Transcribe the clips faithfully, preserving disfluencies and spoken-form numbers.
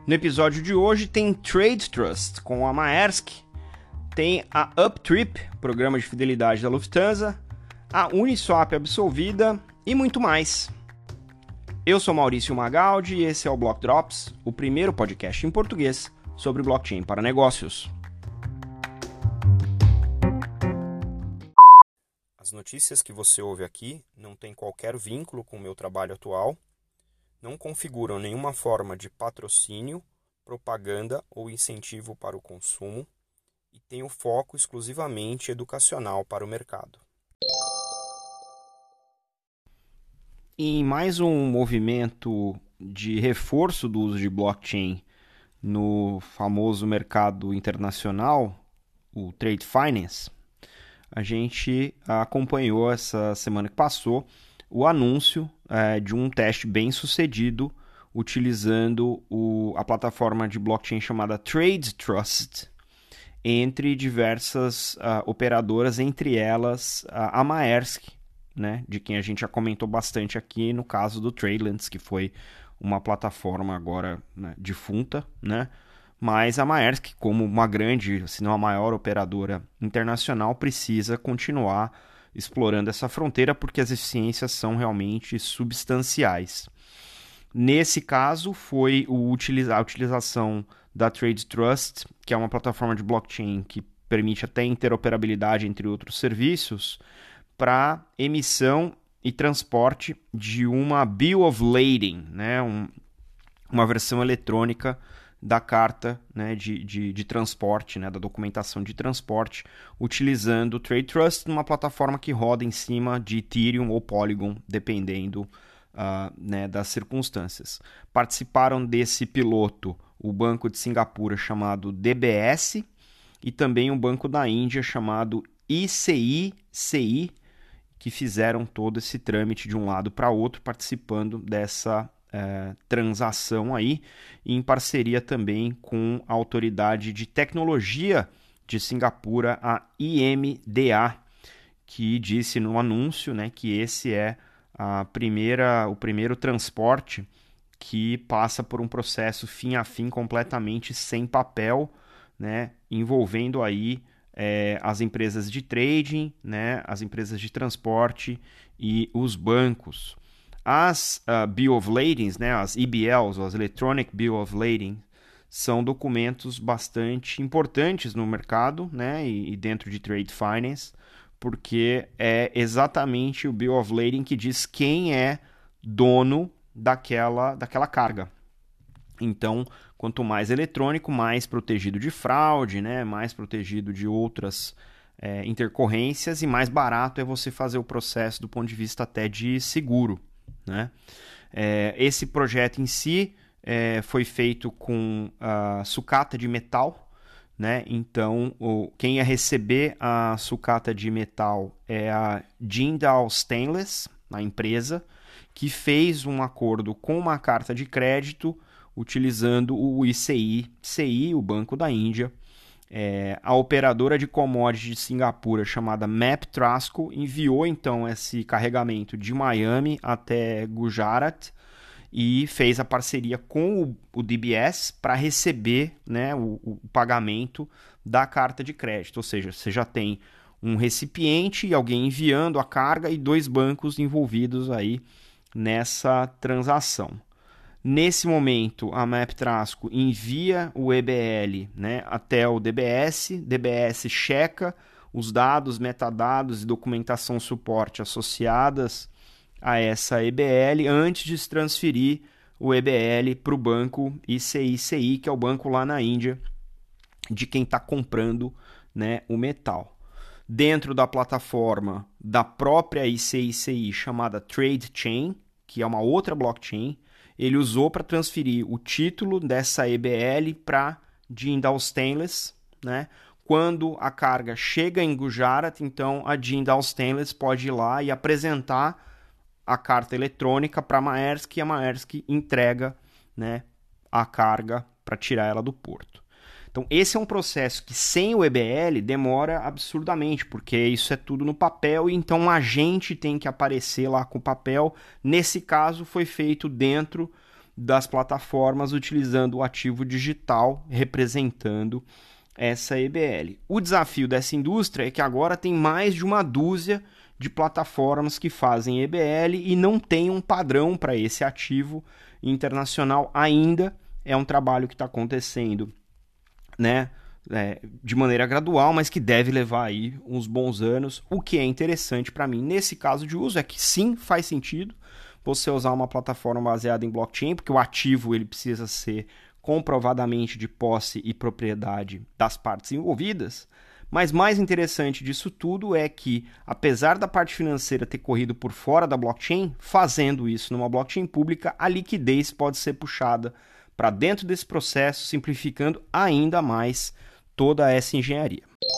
No episódio de hoje tem Trade Trust com a Maersk, tem a Uptrip, programa de fidelidade da Lufthansa, a Uniswap absolvida e muito mais. Eu sou Maurício Magaldi e esse é o Block Drops, o primeiro podcast em português sobre blockchain para negócios. As notícias que você ouve aqui não têm qualquer vínculo com o meu trabalho atual, não configuram nenhuma forma de patrocínio, propaganda ou incentivo para o consumo e têm o foco exclusivamente educacional para o mercado. Em mais um movimento de reforço do uso de blockchain no famoso mercado internacional, o Trade Finance, a gente acompanhou essa semana que passou o anúncio é, de um teste bem sucedido utilizando o, a plataforma de blockchain chamada Trade Trust entre diversas uh, operadoras, entre elas uh, a Maersk, né, de quem a gente já comentou bastante aqui no caso do Tradelands, que foi uma plataforma agora, né, defunta, né, mas a Maersk, como uma grande, se não a maior operadora internacional, precisa continuar explorando essa fronteira porque as eficiências são realmente substanciais. Nesse caso, foi o utiliza- a utilização da Trade Trust, que é uma plataforma de blockchain que permite até interoperabilidade entre outros serviços, para emissão e transporte de uma Bill of Lading, né? um, uma versão eletrônica da carta, né, de, de, de transporte, né, da documentação de transporte, utilizando o Trade Trust numa plataforma que roda em cima de Ethereum ou Polygon, dependendo uh, né, das circunstâncias. Participaram desse piloto o banco de Singapura chamado D B S e também um banco da Índia chamado I C I C I, que fizeram todo esse trâmite de um lado para outro, participando dessa É, transação aí, em parceria também com a autoridade de tecnologia de Singapura, a I M D A, que disse no anúncio, né, que esse é a primeira, o primeiro transporte que passa por um processo fim a fim completamente sem papel, né, envolvendo aí é, as empresas de trading, né, as empresas de transporte e os bancos. As uh, Bill of Ladings, né, as E B Ls, as Electronic Bill of Lading, são documentos bastante importantes no mercado, né, e, e dentro de Trade Finance, porque é exatamente o Bill of Lading que diz quem é dono daquela, daquela carga. Então, quanto mais eletrônico, mais protegido de fraude, né, mais protegido de outras é, intercorrências e mais barato é você fazer o processo do ponto de vista até de seguro. Né? É, esse projeto em si é, foi feito com a sucata de metal, né? Então o, quem ia receber a sucata de metal é a Jindal Stainless, a empresa, que fez um acordo com uma carta de crédito utilizando o I C I C I, o Banco da Índia. É, a operadora de commodities de Singapura, chamada MapTrasco, enviou então esse carregamento de Miami até Gujarat e fez a parceria com o, o D B S para receber, né, o, o pagamento da carta de crédito. Ou seja, você já tem um recipiente e alguém enviando a carga e dois bancos envolvidos aí nessa transação. Nesse momento, a MapTrasco envia o E B L, né, até o D B S, D B S checa os dados, metadados e documentação suporte associadas a essa E B L antes de se transferir o E B L para o banco I C I C I, que é o banco lá na Índia, de quem está comprando, né, o metal. Dentro da plataforma da própria I C I C I, chamada Trade Chain, que é uma outra blockchain, ele usou para transferir o título dessa E B L para Jindal Stainless, né? Quando a carga chega em Gujarat, então a Jindal Stainless pode ir lá e apresentar a carta eletrônica para a Maersk e a Maersk entrega, né, a carga para tirar ela do porto. Então esse é um processo que sem o E B L demora absurdamente, porque isso é tudo no papel e então a gente tem que aparecer lá com o papel. Nesse caso foi feito dentro das plataformas utilizando o ativo digital representando essa E B L. O desafio dessa indústria é que agora tem mais de uma dúzia de plataformas que fazem E B L e não tem um padrão para esse ativo internacional ainda. É um trabalho que está acontecendo, né, é, de maneira gradual, mas que deve levar aí uns bons anos. O que é interessante para mim nesse caso de uso é que sim, faz sentido você usar uma plataforma baseada em blockchain, porque o ativo ele precisa ser comprovadamente de posse e propriedade das partes envolvidas. Mas mais interessante disso tudo é que, apesar da parte financeira ter corrido por fora da blockchain, fazendo isso numa blockchain pública, a liquidez pode ser puxada para dentro desse processo, simplificando ainda mais toda essa engenharia.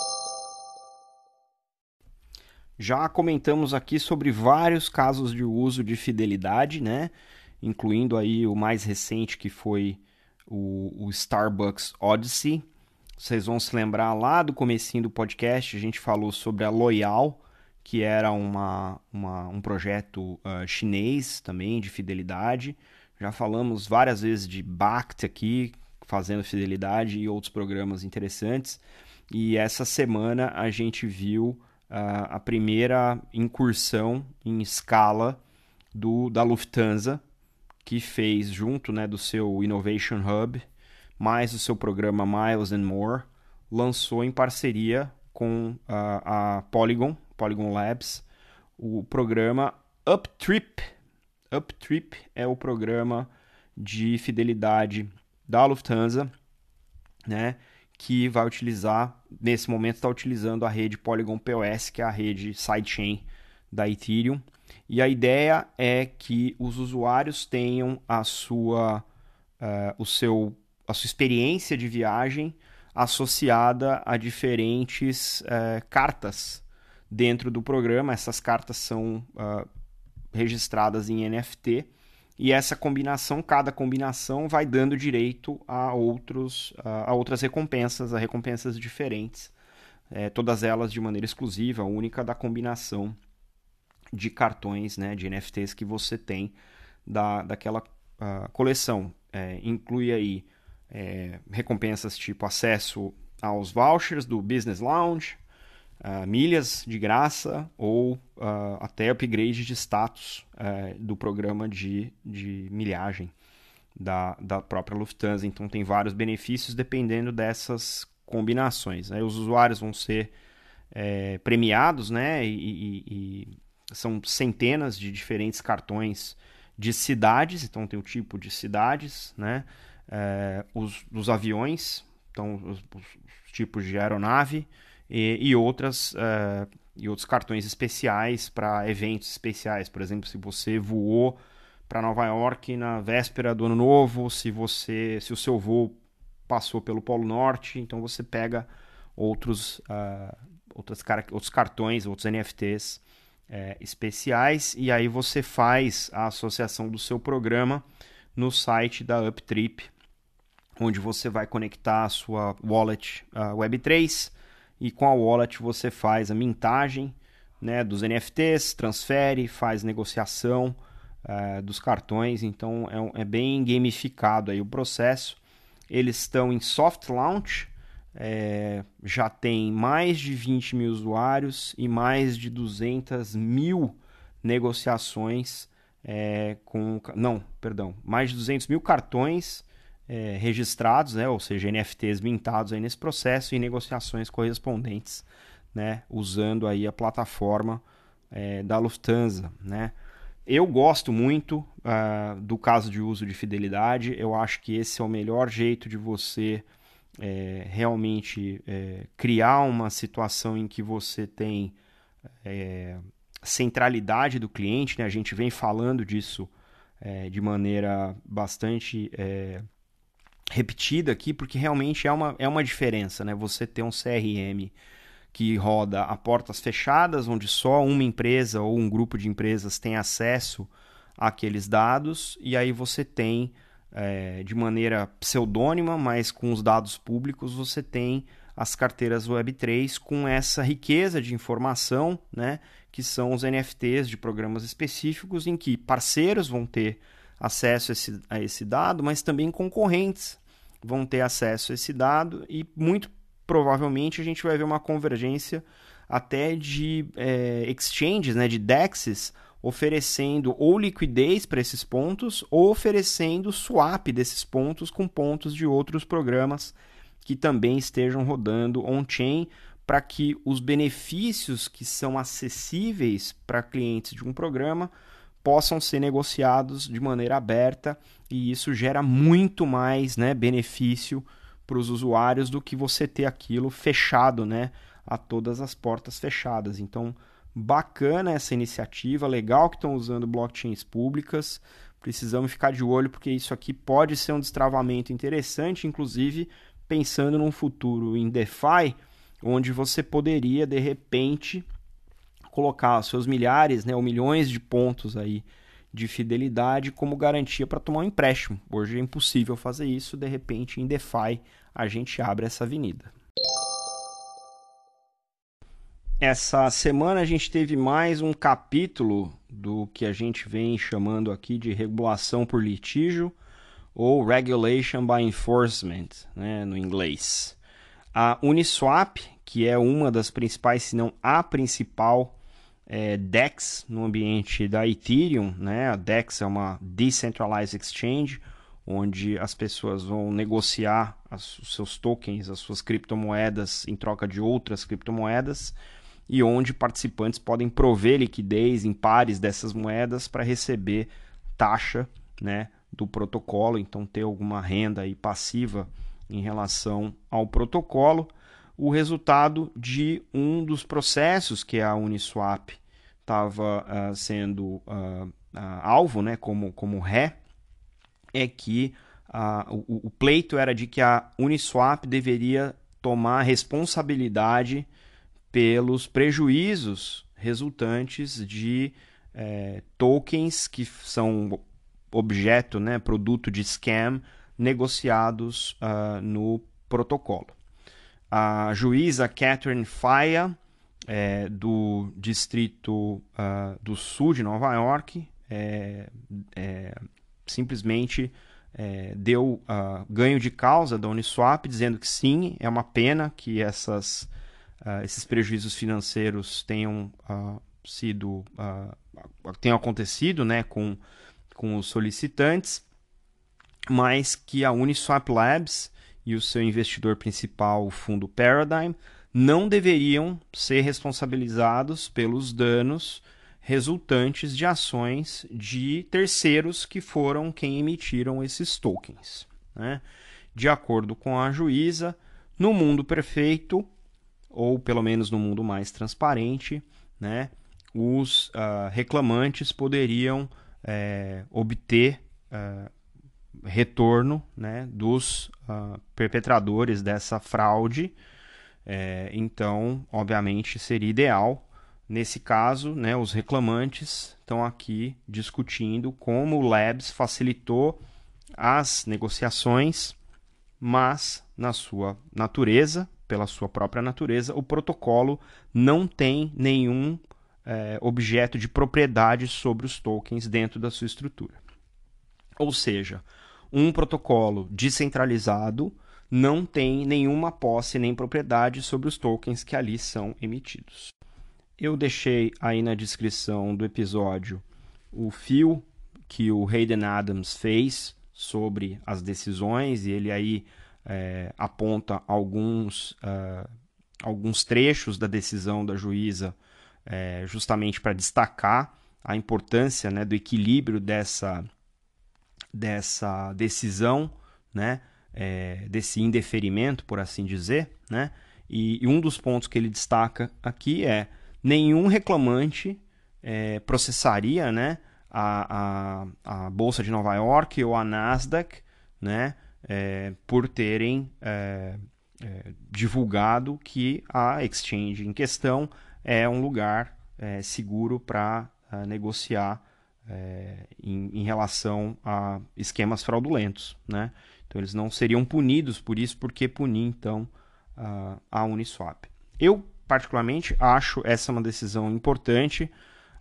Já comentamos aqui sobre vários casos de uso de fidelidade, né? Incluindo aí o mais recente que foi o, o Starbucks Odyssey. Vocês vão se lembrar lá do comecinho do podcast, a gente falou sobre a Loyal, que era uma, uma, um projeto uh, chinês também de fidelidade. Já falamos várias vezes de Bakkt aqui, fazendo fidelidade e outros programas interessantes. E essa semana a gente viu uh, a primeira incursão em escala do, da Lufthansa, que fez junto, né, do seu Innovation Hub, mais o seu programa Miles and More, lançou em parceria com uh, a Polygon, Polygon Labs, o programa Uptrip. Uptrip é o programa de fidelidade da Lufthansa, né, que vai utilizar, nesse momento está utilizando a rede Polygon P O S, que é a rede sidechain da Ethereum. E a ideia é que os usuários tenham a sua, uh, o seu, a sua experiência de viagem associada a diferentes uh, cartas dentro do programa. Essas cartas são uh, registradas em N F T e essa combinação, cada combinação vai dando direito a, outros, a outras recompensas, a recompensas diferentes, é, todas elas de maneira exclusiva, única da combinação de cartões, né, de N F Ts que você tem da, daquela uh, coleção. É, inclui aí é, recompensas tipo acesso aos vouchers do Business Lounge, uh, milhas de graça ou uh, até upgrade de status uh, do programa de, de milhagem da, da própria Lufthansa. Então tem vários benefícios dependendo dessas combinações. Aí os usuários vão ser é, premiados, né, e, e, e são centenas de diferentes cartões de cidades, então tem o tipo de cidades, né? É, os, os aviões, então os, os tipos de aeronave e, e, outras, é, e outros cartões especiais para eventos especiais. Por exemplo, se você voou para Nova York na véspera do Ano Novo, se, você, se o seu voo passou pelo Polo Norte, então você pega outros, uh, outras, outros cartões, outros N F Ts É, especiais, e aí você faz a associação do seu programa no site da Uptrip, onde você vai conectar a sua wallet uh, web três e com a wallet você faz a mintagem, né, dos N F Ts, transfere, faz negociação uh, dos cartões. Então é, é bem gamificado aí o processo. Eles estão em soft launch. É, já tem mais de vinte mil usuários e mais de duzentas mil negociações é, com... Não, perdão. Mais de duzentos mil cartões é, registrados, né, ou seja, N F Ts mintados aí nesse processo e negociações correspondentes, né, usando aí a plataforma é, da Lufthansa, né. Eu gosto muito uh, do caso de uso de fidelidade. Eu acho que esse é o melhor jeito de você... É, realmente é, criar uma situação em que você tem é, centralidade do cliente, né? A gente vem falando disso é, de maneira bastante é, repetida aqui, porque realmente é uma, é uma diferença, né? Você ter um C R M que roda a portas fechadas, onde só uma empresa ou um grupo de empresas tem acesso àqueles dados, e aí você tem É, de maneira pseudônima, mas com os dados públicos, você tem as carteiras web três com essa riqueza de informação, né, que são os N F Ts de programas específicos em que parceiros vão ter acesso a esse, a esse dado, mas também concorrentes vão ter acesso a esse dado e muito provavelmente a gente vai ver uma convergência até de é, exchanges, né, de D E Xs, oferecendo ou liquidez para esses pontos ou oferecendo swap desses pontos com pontos de outros programas que também estejam rodando on-chain, para que os benefícios que são acessíveis para clientes de um programa possam ser negociados de maneira aberta, e isso gera muito mais, né, benefício para os usuários do que você ter aquilo fechado, né, a todas as portas fechadas. Então, bacana essa iniciativa, legal que estão usando blockchains públicas, precisamos ficar de olho porque isso aqui pode ser um destravamento interessante, inclusive pensando num futuro em DeFi, onde você poderia, de repente, colocar seus milhares, né, ou milhões de pontos aí de fidelidade como garantia para tomar um empréstimo. Hoje é impossível fazer isso, de repente em DeFi a gente abre essa avenida. Essa semana a gente teve mais um capítulo do que a gente vem chamando aqui de regulação por litígio, ou Regulation by Enforcement, né, no inglês. A Uniswap, que é uma das principais, se não a principal é, D E X no ambiente da Ethereum, né? A D E X é uma Decentralized Exchange, onde as pessoas vão negociar as, os seus tokens, as suas criptomoedas em troca de outras criptomoedas, e onde participantes podem prover liquidez em pares dessas moedas para receber taxa, né, do protocolo, então ter alguma renda aí passiva em relação ao protocolo. O resultado de um dos processos que a Uniswap estava uh, sendo uh, uh, alvo, né, como, como ré, é que uh, o, o pleito era de que a Uniswap deveria tomar responsabilidade pelos prejuízos resultantes de eh, tokens que são objeto, né, produto de scam, negociados uh, no protocolo. A juíza Catherine Faia, é, do Distrito uh, do Sul de Nova York, é, é, simplesmente é, deu uh, ganho de causa da Uniswap, dizendo que sim, é uma pena que essas, uh, esses prejuízos financeiros tenham uh, sido uh, tenham acontecido, né, com com os solicitantes, mas que a Uniswap Labs e o seu investidor principal, o fundo Paradigm, não deveriam ser responsabilizados pelos danos resultantes de ações de terceiros que foram quem emitiram esses tokens, né? De acordo com a juíza, no mundo perfeito, ou pelo menos no mundo mais transparente, né, os uh, reclamantes poderiam É, obter uh, retorno, né, dos uh, perpetradores dessa fraude. É, então, obviamente, seria ideal. Nesse caso, né, os reclamantes estão aqui discutindo como o Labs facilitou as negociações, mas, na sua natureza, pela sua própria natureza, o protocolo não tem nenhum É, objeto de propriedade sobre os tokens dentro da sua estrutura. Ou seja, um protocolo descentralizado não tem nenhuma posse nem propriedade sobre os tokens que ali são emitidos. Eu deixei aí na descrição do episódio o fio que o Hayden Adams fez sobre as decisões, e ele aí é, aponta alguns, uh, alguns trechos da decisão da juíza, É, justamente para destacar a importância, né, do equilíbrio dessa, dessa decisão, né, é, desse indeferimento, por assim dizer, né, e, e um dos pontos que ele destaca aqui é: nenhum reclamante é, processaria, né, a, a, a Bolsa de Nova York ou a Nasdaq, né, é, por terem é, é, divulgado que a exchange em questão é um lugar é, seguro para uh, negociar é, em, em relação a esquemas fraudulentos, né? Então eles não seriam punidos por isso, porque punir então uh, a Uniswap. Eu particularmente acho essa uma decisão importante.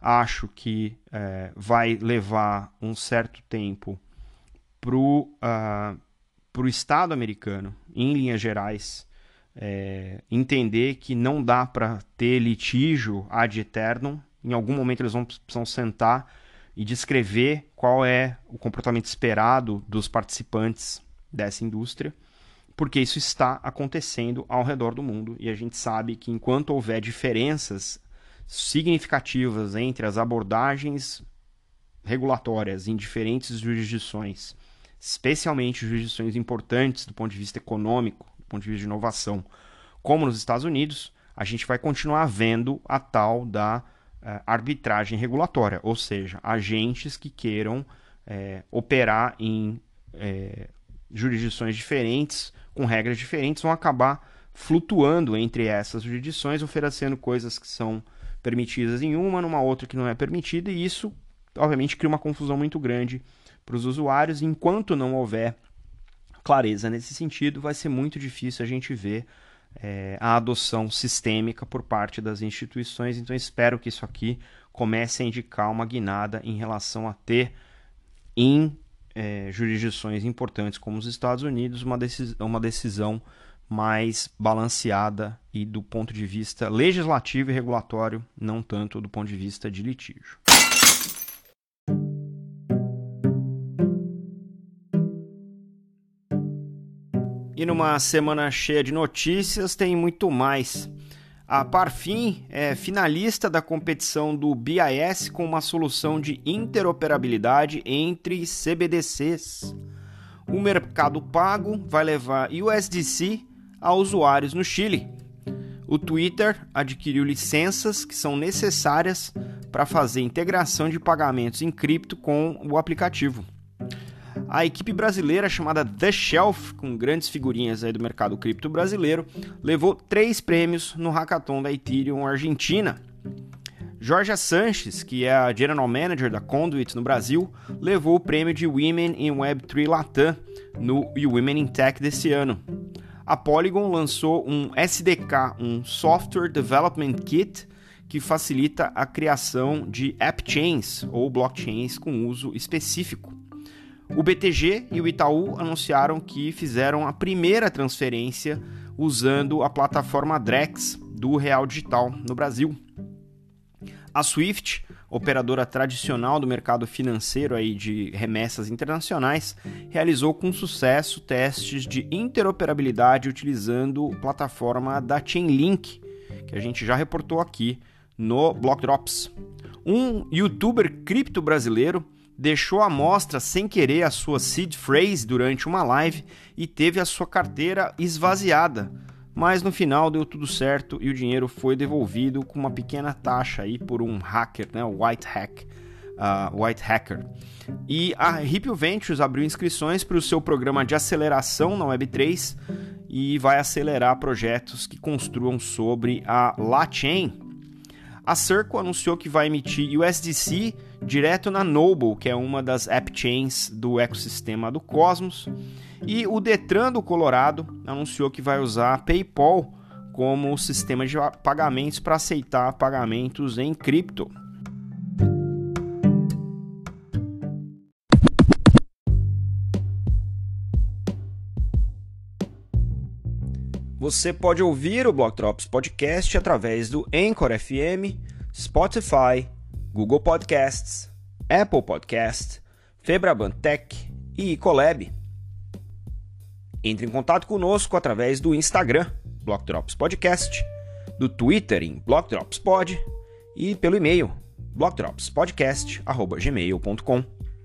Acho que é, vai levar um certo tempo para o uh, Estado americano, em linhas gerais, é, entender que não dá para ter litígio ad eternum. Em algum momento eles vão precisam sentar e descrever qual é o comportamento esperado dos participantes dessa indústria, porque isso está acontecendo ao redor do mundo e a gente sabe que enquanto houver diferenças significativas entre as abordagens regulatórias em diferentes jurisdições, especialmente jurisdições importantes do ponto de vista econômico, do ponto de vista de inovação, como nos Estados Unidos, a gente vai continuar vendo a tal da uh, arbitragem regulatória, ou seja, agentes que queiram uh, operar em uh, jurisdições diferentes, com regras diferentes, vão acabar flutuando entre essas jurisdições, oferecendo coisas que são permitidas em uma, numa outra que não é permitida, e isso, obviamente, cria uma confusão muito grande para os usuários. Enquanto não houver clareza nesse sentido, vai ser muito difícil a gente ver é, a adoção sistêmica por parte das instituições. Então, espero que isso aqui comece a indicar uma guinada em relação a ter, em é, jurisdições importantes como os Estados Unidos, uma, decis- uma decisão mais balanceada e do ponto de vista legislativo e regulatório, não tanto do ponto de vista de litígio. E numa semana cheia de notícias, tem muito mais. A Parfin é finalista da competição do B I S com uma solução de interoperabilidade entre C B D Cs. O Mercado Pago vai levar U S D C a usuários no Chile. O Twitter adquiriu licenças que são necessárias para fazer integração de pagamentos em cripto com o aplicativo. A equipe brasileira chamada The Shelf, com grandes figurinhas aí do mercado cripto brasileiro, levou três prêmios no Hackathon da Ethereum Argentina. Georgia Sanches, que é a General Manager da Conduit no Brasil, levou o prêmio de Women in Web três Latam no Women in Tech desse ano. A Polygon lançou um S D K, um Software Development Kit, que facilita a criação de app chains ou blockchains com uso específico. O B T G e o Itaú anunciaram que fizeram a primeira transferência usando a plataforma Drex do Real Digital no Brasil. A Swift, operadora tradicional do mercado financeiro aí de remessas internacionais, realizou com sucesso testes de interoperabilidade utilizando a plataforma da Chainlink, que a gente já reportou aqui no Block Drops. Um youtuber cripto brasileiro deixou à mostra sem querer a sua seed phrase durante uma live e teve a sua carteira esvaziada, mas no final deu tudo certo e o dinheiro foi devolvido com uma pequena taxa aí por um hacker, né, o White Hack, uh, White Hacker. E a Ripple Ventures abriu inscrições para o seu programa de aceleração na Web três e vai acelerar projetos que construam sobre a LaChain. A Circle anunciou que vai emitir U S D C direto na Noble, que é uma das app chains do ecossistema do Cosmos. E o Detran do Colorado anunciou que vai usar a PayPal como sistema de pagamentos para aceitar pagamentos em cripto. Você pode ouvir o Block Drops Podcast através do Anchor F M, Spotify, Google Podcasts, Apple Podcasts, Febraban Tech e Ecolab. Entre em contato conosco através do Instagram, Block Drops Podcast, do Twitter em Block Drops Pod e pelo e-mail block drops podcast arroba gmail ponto com.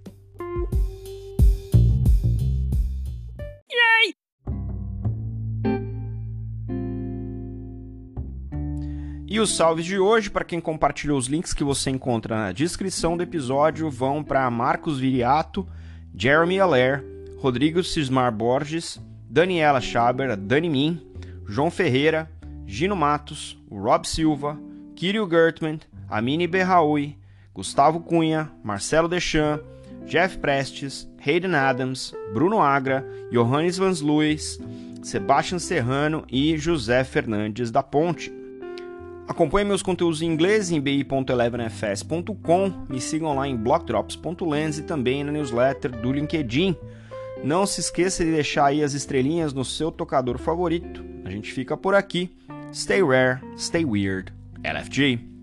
E os salves de hoje, para quem compartilhou os links que você encontra na descrição do episódio, vão para Marcos Viriato, Jeremy Allaire, Rodrigo Cismar Borges, Daniela Schaber, Dani Min, João Ferreira, Gino Matos, Rob Silva, Kirill Gertman, Amine Berraoui, Gustavo Cunha, Marcelo Deschamps, Jeff Prestes, Hayden Adams, Bruno Agra, Johannes Vans Luis, Sebastian Serrano e José Fernandes da Ponte. Acompanhe meus conteúdos em inglês em b i ponto eleven f s ponto com, me sigam lá em blockdrops ponto lens e também na newsletter do LinkedIn. Não se esqueça de deixar aí as estrelinhas no seu tocador favorito. A gente fica por aqui. Stay rare, stay weird. L F G.